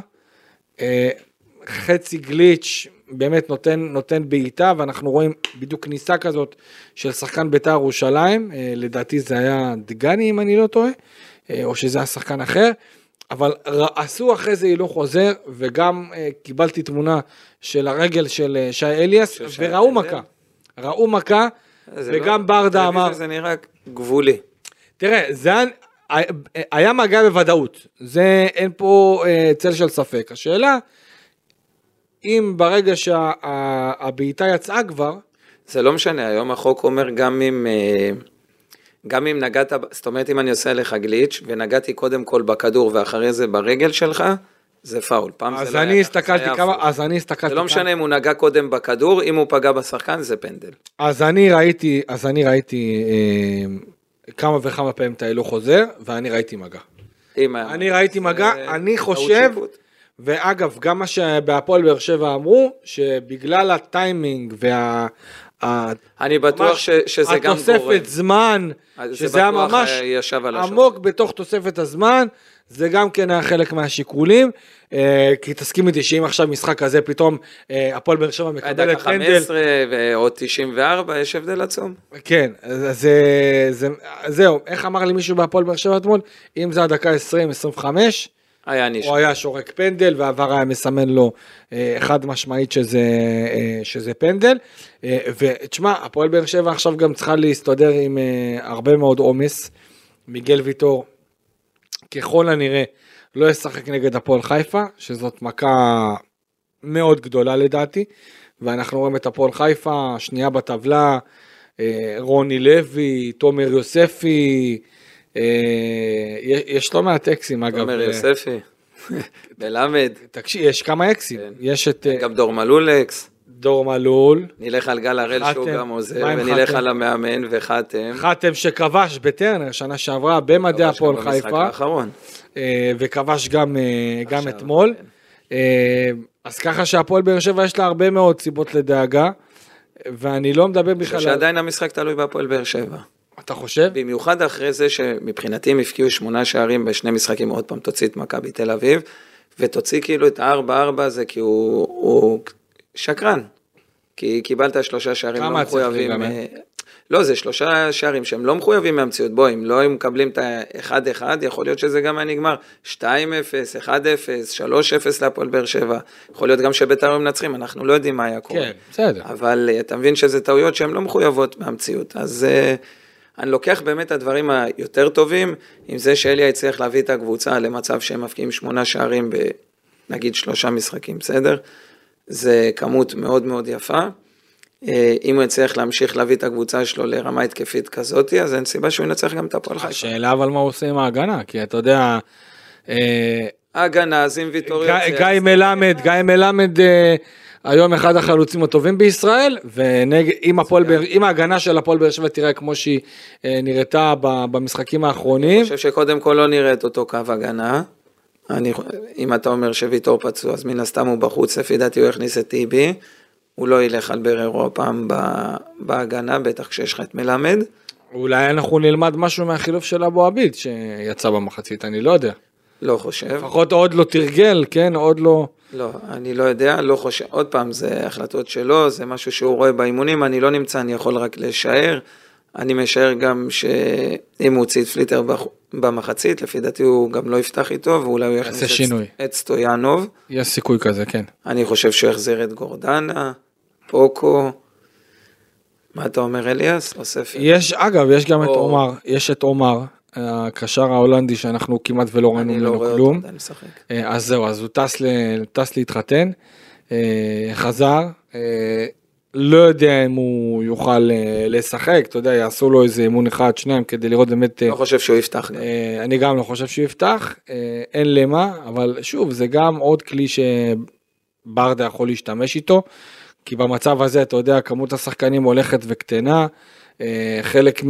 חצי גליץ' באמת נותן בעיטה, ואנחנו רואים בדיוק כניסה כזאת של שחקן בית"ר ירושלים, לדעתי זה היה דגני אם אני לא טועה, או שזה היה שחקן אחר, אבל עשו אחרי זה הילוך חוזר, וגם קיבלתי תמונה של הרגל של שי אליאס, ראו מכה, וגם ברדה אמר... זה נראה גבולי. תראה, זה היה מגע בוודאות, זה אין פה צל של ספק. השאלה, אם ברגע שהבעיטה יצאה כבר... זה לא משנה, היום החוק אומר גם אם נגעת, זאת אומרת אם אני עושה לך גליץ' ונגעתי קודם כל בכדור ואחרי זה ברגל שלך, זה פאול. אז אני הסתכלתי כמה, זה לא משנה אם הוא נגע קודם בכדור, אם הוא פגע בשחקן זה פנדל. אז אני ראיתי כמה וכמה פעמים אתה לא חוזר, ואני ראיתי מגע. אני ראיתי מגע, אני חושב, ואגב, גם מה שבהפועל באר שבע אמרו, שבגלל הטיימינג אני בטוח שזה גם גורם. התוספת זמן, שזה היה ממש עמוק בתוך תוספת הזמן, זה גם כן היה חלק מהשיקולים, כי תסכים איתי שאם עכשיו משחק כזה, פתאום הפועל באר שבע מקבלת פנדל. 15 ועוד 94, יש הבדל עצום. כן, זהו, איך אמר לי מישהו בהפועל באר שבע אתמול, אם זה הדקה 20-25, הוא היה שורק פנדל, והעבר היה מסמן לו חד משמעית שזה פנדל, ותשמע, הפועל באר שבע עכשיו גם צריכה להסתדר עם הרבה מאוד עומס, מיגל ויטור, ככל הנראה, לא ישחק נגד הפועל חיפה, שזאת מכה מאוד גדולה לדעתי, ואנחנו רואים את הפועל חיפה, שנייה בטבלה, רוני לוי, תומר יוספי, יש לא מעט אקסים אגב. תומר יוספי, בלמד. תקשיב, יש כמה אקסים. יש את... גם דור מלול אקס. דור מלול. נלך על גל הראל שהוא גם עוזר, ונלך על המאמן וחתם. חתם שכבש בטרנר, שנה שעברה, במדי הפועל חיפה. במשחק האחרון. וכבש גם אתמול. אז ככה שהפועל באר שבע יש לה הרבה מאוד סיבות לדאגה, ואני לא מדבר בכלל... שעדיין המשחק תלוי בהפועל באר שבע. אתה חושב? במיוחד אחרי זה שמבחינתי הם הפקיעו 8 שערים בשני משחקים, עוד פעם תוציא את מכבי תל אביב, ותוציא כאילו את 4-4 זה כי הוא שקרן. כי קיבלת 3 שערים לא מחויבים. לא, זה 3 שערים שהם לא מחויבים מהמציאות. בוא, אם לא הם מקבלים את ה-1-1, יכול להיות שזה גם היה נגמר 2-0, 1-0, 3-0 להפועל באר שבע. יכול להיות גם שבית"ר הם מנצחים, אנחנו לא יודעים מה היה קורה. כן, בסדר. אבל אתה מבין שזה טעויות שהן לא מחויבות מהמציאות. אז אני לוקח באמת את הדברים היותר טובים, עם זה שאליה הצליח להביא את הקבוצה למצב שהם מפקיעים 8 שערים נגיד 3 משחקים, בסדר? זה כמות מאוד מאוד יפה. אם הוא יצליח להמשיך להביא את הקבוצה שלו לרמה התקפית כזאת, אז אין סיבה שהוא ינצח גם את הפועל חיפה. השאלה אבל מה הוא עושה עם ההגנה, כי אתה יודע... ההגנה, אז עם ויטור יוצא... גיא מלמד היום אחד החלוצים הטובים בישראל, ואם ההגנה של הפועל באר שבע תראה כמו שהיא נראתה במשחקים האחרונים... אני חושב שקודם כל לא נראית אותו קו הגנה, אם אתה אומר שוויטור פצוע, אז מן הסתם הוא בחוץ, לפי דעתי הוא יכניס את טיבי, הוא לא ילך על בררו פעם בהגנה, בטח כשיש לך את מלמד. אולי אנחנו נלמד משהו מהחילוף של אבו עביד, שיצא במחצית, אני לא יודע. לא חושב. לפחות עוד לא תרגל, כן, עוד לא... לא, אני לא יודע, לא חושב, עוד פעם, זה החלטות שלו, זה משהו שהוא רואה באימונים, אני לא נמצא, אני יכול רק לשער, אני משער גם שאם הוא הוציא את פליטר במחצית, לפי דעתי הוא גם לא יפתח איתו, ואולי הוא יכניס את סטויאנוב. יש סיכוי כזה, כן. אני חושב שהוא יחזיר את גורדנה, פוקו, מה אתה אומר אליאס? אגב, יש גם את עומר, יש את עומר, הקשר ההולנדי שאנחנו כמעט ולא ראינו ממנו כלום. אז זהו, אז הוא טס להתחתן, חזר, לא יודע אם הוא יוכל לשחק, אתה יודע, יעשו לו איזה אימון אחד, שניים, כדי לראות באמת... לא חושב שהוא יפתח. אני גם לא חושב שהוא יפתח, אין למה, אבל שוב, זה גם עוד כלי שברדה יכול להשתמש איתו, כי במצב הזה, אתה יודע, כמות השחקנים הולכת וקטנה, חלק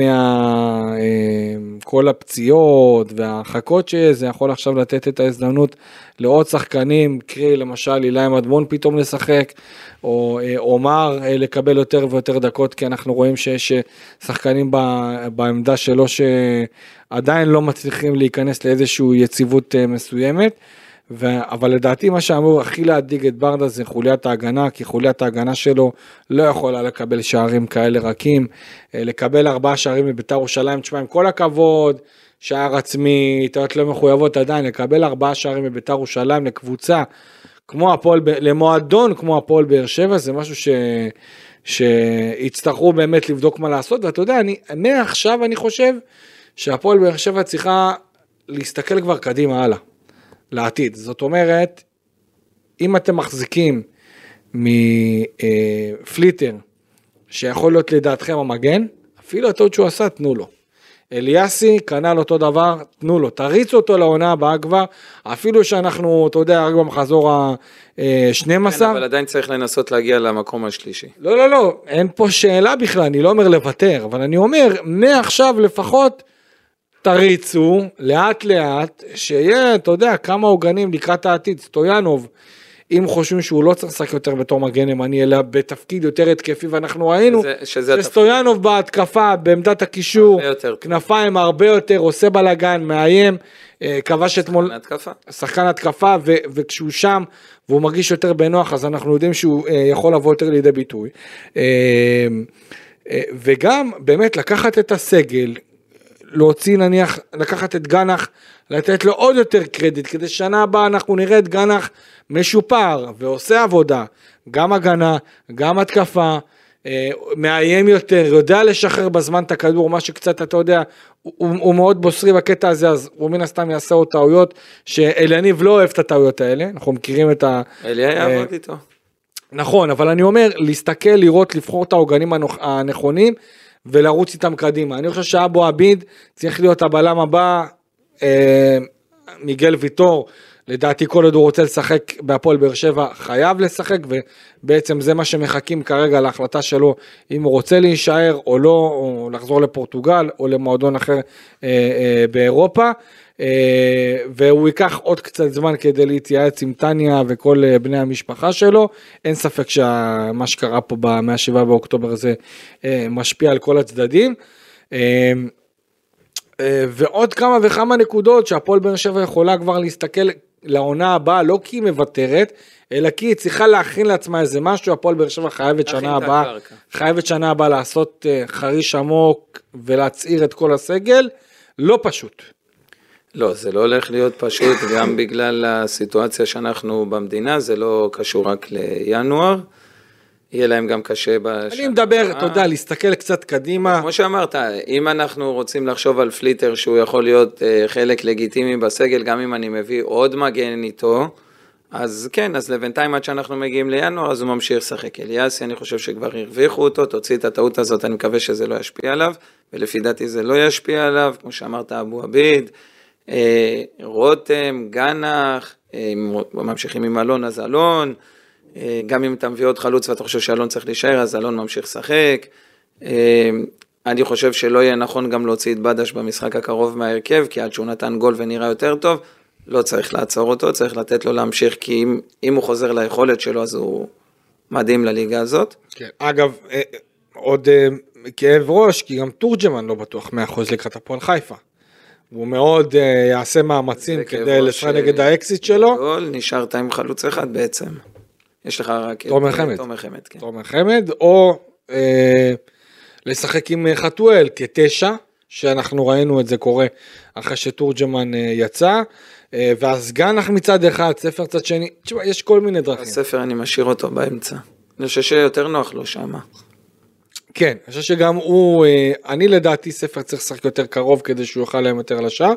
כל הפציעות והחכות שזה יכול עכשיו לתת את ההזדמנות לעוד שחקנים, קרי למשל אילי מדמון פתאום לשחק, או עומר לקבל יותר ויותר דקות, כי אנחנו רואים שיש שחקנים בעמדה שלו שעדיין לא מצליחים להיכנס לאיזושהי יציבות מסוימת, אבל לדעתי מה שאמור הכי להדאיג את ברדה זה חוליית ההגנה, כי חוליית ההגנה שלו לא יכולה לקבל שערים כאלה רכים, לקבל 4 שערים מבית"ר ירושלים, תשמע עם כל הכבוד, שער עצמי, טעות לא מחויבות עדיין, לקבל 4 שערים מבית"ר ירושלים לקבוצה, כמו הפועל, למועדון כמו הפועל באר שבע, זה משהו שיצטרכו באמת לבדוק מה לעשות, ואתה יודע, מעכשיו אני חושב שהפועל באר שבע צריכה להסתכל כבר קדימה הלאה. לעתיד, זאת אומרת, אם אתם מחזיקים מפליטר, שיכול להיות לדעתכם המגן, אפילו הטעות שהוא עשה, תנו לו. אליאסי, כנ"ל אותו דבר, תנו לו, תריצו אותו לעונה הבאה כבר, אפילו שאנחנו, אתה יודע, רק במחזור ה-12. כן, אבל עדיין צריך לנסות להגיע למקום השלישי. לא, אין פה שאלה בכלל, אני לא אומר לוותר, אבל אני אומר, מעכשיו לפחות, תריצו, לאט לאט, שיהיה, אתה יודע, כמה עוגנים לקראת העתיד, סטויאנוב, אם חושבים שהוא לא צריך לשחק יותר בתור מגן ימני, אלא בתפקיד יותר התקפי, ואנחנו ראינו, שסטויאנוב בהתקפה, בעמדת הקישור, כנפיים הרבה יותר, עושה בלגן, מאיים, כבש אתמול, שחקן התקפה, וכשהוא שם, והוא מרגיש יותר בנוח, אז אנחנו יודעים שהוא יכול לבוא יותר לידי ביטוי, וגם באמת לקחת את הסגל, להוציא נניח, לקחת את גנח, לתת לו עוד יותר קרדיט, כדי שנה הבאה אנחנו נראה את גנח משופר, ועושה עבודה, גם הגנה, גם התקפה, מאיים יותר, יודע לשחרר בזמן את הכדור, מה שקצת אתה יודע, הוא מאוד בוסרי בקטע הזה, אז הוא מן הסתם יעשה עוד טעויות, שאליניב לא אוהב את הטעויות האלה, אנחנו מכירים את ה... אליה יעבוד איתו. נכון, אבל אני אומר, להסתכל, לראות, לבחור את העוגנים הנכונים, ולרוץ איתם קדימה. אני חושב שאבו עביד צריך להיות הבלם הבא, מיגל ויטור, לדעתי כל עוד הוא רוצה לשחק בהפועל באר שבע, חייב לשחק, ובעצם זה מה שמחכים כרגע להחלטה שלו, אם הוא רוצה להישאר או לא, או לחזור לפורטוגל, או למועדון אחר באירופה, והוא ייקח עוד קצת זמן כדי להתייעץ עם טניה וכל בני המשפחה שלו, אין ספק שמה שקרה פה מה-7 באוקטובר הזה משפיע על כל הצדדים, ועוד כמה וכמה נקודות שהפועל באר שבע יכולה כבר להסתכל לעונה הבאה, לא כי היא מוותרת, אלא כי היא צריכה להכין לעצמה איזה משהו, הפועל באר שבע חייבת שנה הבאה לעשות חריש עמוק ולהצעיר את כל הסגל, לא פשוט. לא, זה לא הולך להיות פשוט, גם בגלל הסיטואציה שאנחנו במדינה, זה לא קשור רק לינואר, יהיה להם גם קשה בשנה. אני מדבר, אתה יודע, להסתכל קצת קדימה. כמו שאמרת, אם אנחנו רוצים לחשוב על פליטר, שהוא יכול להיות חלק לגיטימי בסגל, גם אם אני מביא עוד מגן איתו, אז כן, אז לבינתיים עד שאנחנו מגיעים לינואר, אז הוא ממשיך לשחק. אליאסי, אני חושב שכבר הרוויחו אותו, תוציא את הטעות הזאת, אני מקווה שזה לא ישפיע עליו, ולפי דעתי זה לא ישפיע עליו, כמו שאמרת, אבו עביד, רותם, גנח, ממשיכים עם אלון, אז אלון, גם אם אתה מביא עוד חלוץ ואתה חושב שאלון צריך להישאר, אז אלון ממשיך לשחק. אני חושב שלא יהיה נכון גם להוציא את בדש במשחק הקרוב מההרכב, כי עד שהוא נתן גול ונראה יותר טוב, לא צריך לעצור אותו, צריך לתת לו להמשיך, כי אם הוא חוזר ליכולת שלו, אז הוא מדהים לליגה הזאת. כן. אגב, עוד כאב ראש, כי גם תורג'מן לא בטוח 100% לקראת הפועל חיפה. הוא מאוד יעשה מאמצים כדי לשחק נגד האקסיט שלו. גול, נשארת עם חלוץ אחד בעצם. יש לך רק תומר חמד. כן. תומר חמד, או לשחק עם חתואל כ9, שאנחנו ראינו את זה קורה אחרי שתורג'מן יצא, ואז גנח מצד אחד, ספר צד שני, תשמע, יש כל מיני דרכים. הספר אני משאיר אותו באמצע. אני חושב שיותר נוח לו שם. כן, אני חושב שגם הוא, אני לדעתי ספר צריך לשחק יותר קרוב כדי שהוא יוכל להם יותר לשער.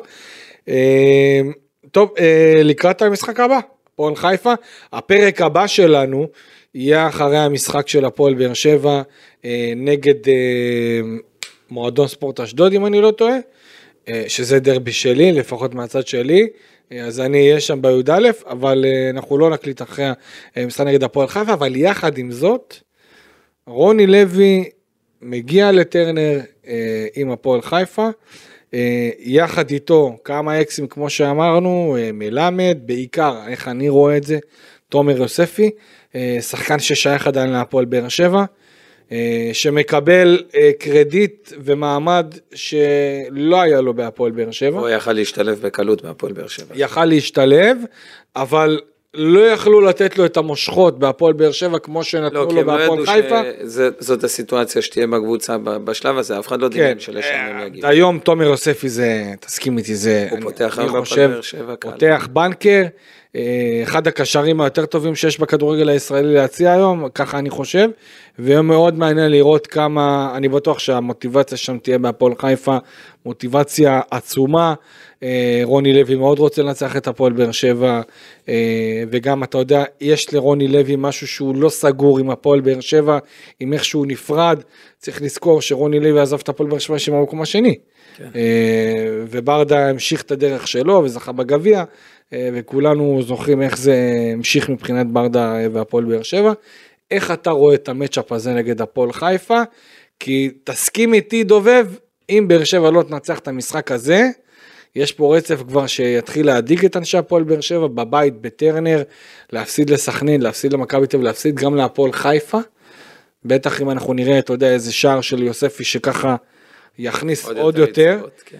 טוב, לקראת המשחק הבא, הפועל חיפה, הפרק הבא שלנו יהיה אחרי המשחק של הפועל באר שבע נגד מועדון ספורט אשדוד, אם אני לא טועה, שזה דרבי שלי, לפחות מהצד שלי, אז אני אהיה שם בי"א, אבל אנחנו לא נקליט אחרי המשחק נגד הפועל חיפה, אבל יחד עם זאת, רוני לוי מגיע לטרנר עם הפועל חיפה, יחד איתו כמה אקסים כמו שאמרנו, מלמד, בעיקר איך אני רואה את זה, תומר יוספי, שחקן ששייך עדיין להפועל באר שבע, שמקבל קרדיט ומעמד שלא היה לו בהפועל באר שבע. הוא יכל להשתלב בקלות בהפועל באר שבע. יכל להשתלב, אבל לא יכלו לתת לו את המושכות בהפועל באר שבע כמו שנתנו לו בהפועל חיפה. זאת הסיטואציה שתהיה בקבוצה בשלב הזה, אף אחד לא דמיין שלשם הם יגיעו. היום תומר יוספי זה, תסכים איתי, זה, הוא פותח בהפועל באר שבע. פותח בנקר, אחד הקשרים היותר טובים שיש בכדורגל הישראלי להציע היום, ככה אני חושב, ויום מאוד מעניין לראות כמה, אני בטוח שהמוטיבציה שם תהיה בהפועל חיפה, מוטיבציה עצומה, רוני לוי מאוד רוצה לנצח את הפועל באר שבע, וגם אתה יודע, יש לרוני לוי משהו שהוא לא סגור עם הפועל באר שבע, עם איך שהוא נפרד, צריך לזכור שרוני לוי עזב את הפועל באר שבע שם במקום השני, וברדה המשיך את הדרך שלו וזכה בגביע, וכולנו זוכרים איך זה המשיך מבחינת ברדה והפועל באר שבע. איך אתה רואה את המאצ'אפ הזה נגד הפועל חיפה? כי תסכים איתי דובב, אם באר שבע לא תנצח את המשחק הזה, יש פה רצף כבר שיתחיל להדיג את אנשי הפועל באר שבע בבית בטרנר, להפסיד לסכנין, להפסיד למכבי תל אביב, להפסיד גם להפועל חיפה. בטח אם אנחנו נראה, אתה יודע, איזה שער של יוספי שככה יכניס עוד יותר.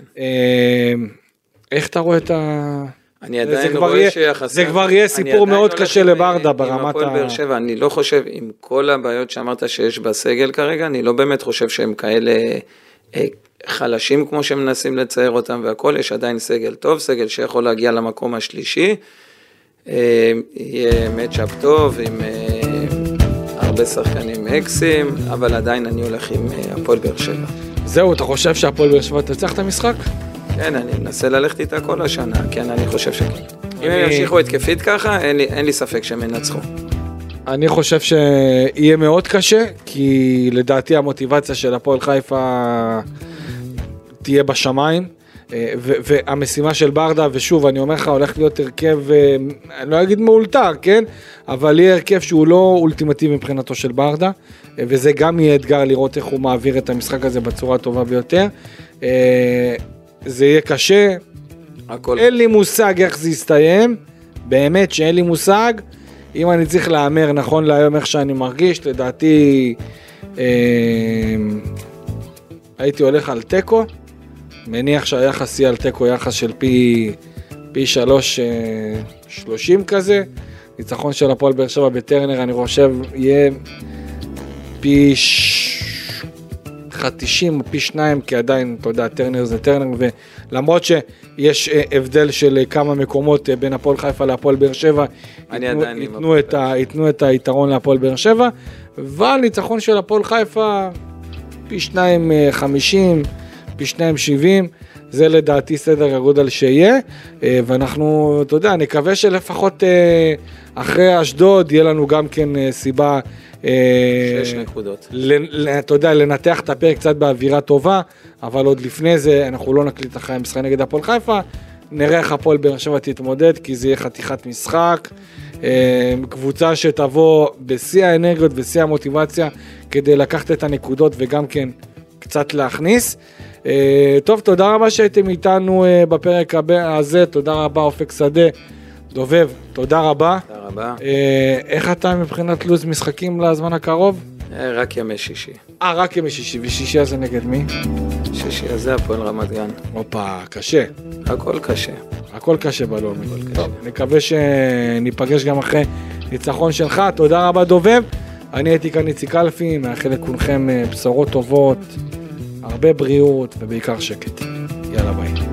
איך אתה רואה את ה... אני עדיין רואה שיחסים... זה כבר יהיה סיפור מאוד קשה לברדה ברמת ה... עם הפועל באר שבע, אני לא חושב, עם כל הבעיות שאמרת שיש בסגל כרגע, אני לא באמת חושב שהם כאלה חלשים כמו שהם מנסים לצייר אותם והכל, יש עדיין סגל טוב, סגל שיכול להגיע למקום השלישי, יהיה מאצ'אפ טוב עם הרבה שחקנים אקסים, אבל עדיין אני הולך עם הפועל באר שבע. זהו, אתה חושב שהפועל באר שבע תצליח את המשחק? כן, אני מנסה ללכת איתה כל השנה, כן, אני חושב שכן. אם הם ימשיכו התקפית ככה, אין לי ספק שהם ינצחו. אני חושב שיהיה מאוד קשה, כי לדעתי המוטיבציה של הפועל חיפה תהיה בשמיים, והמשימה של ברדה, ושוב, אני אומר לך, הולך להיות הרכב, אני לא אגיד מאולתר, כן? אבל יהיה הרכב שהוא לא אולטימטיבי מבחינתו של ברדה, וזה גם יהיה אתגר לראות איך הוא מעביר את המשחק הזה בצורה הטובה ביותר. זה יהיה קשה, אין לי מושג איך זה יסתיים, באמת שאין לי מושג, אם אני צריך לאמר נכון להיום איך שאני מרגיש, לדעתי הייתי הולך על טקו, מניח שהיחס יהיה על טקו יחס של פי 3.30 כזה, ניצחון של הפועל באר שבע בטרנר אני חושב יהיה פי 90 או פי 2, כי עדיין, אתה יודע, טרנר זה טרנר, ולמרות שיש הבדל של כמה מקומות בין הפועל חיפה להפועל באר שבע, ייתנו את היתרון להפועל באר שבע, אבל ניצחון של הפועל חיפה, פי 2.50, פי 2.70, זה לדעתי סדר הגודל שיהיה, ואנחנו, אתה יודע, נקווה שלפחות אחרי אשדוד יהיה לנו גם כן סיבה 6 נקודות. אתה יודע, לנתח את הפרק קצת באווירה טובה, אבל עוד לפני זה אנחנו לא נקליט אחרי המשחק נגד הפועל חיפה, נראה איך הפועל באר שבע תתמודד, כי זה יהיה חתיכת משחק, קבוצה שתבוא בשיא האנרגיות ושיא המוטיבציה, כדי לקחת את הנקודות וגם כן קצת להכניס. טוב, תודה רבה שהייתם איתנו בפרק הזה, תודה רבה אופק שדה, דובב, תודה רבה. תודה רבה. איך אתה מבחינת לוז משחקים לזמן הקרוב? רק ימי שישי. רק ימי שישי, ושישי הזה נגד מי? שישי הזה הפועל רמת גן. הופה, קשה. הכל קשה. הכל קשה בלאומי. טוב, נקווה שניפגש גם אחרי ניצחון שלך, תודה רבה דובב. אני הייתי כאן איציק קלפי, מאחל לכולכם בשורות טובות, הרבה בריאות ובעיקר שקט. יאללה ביי.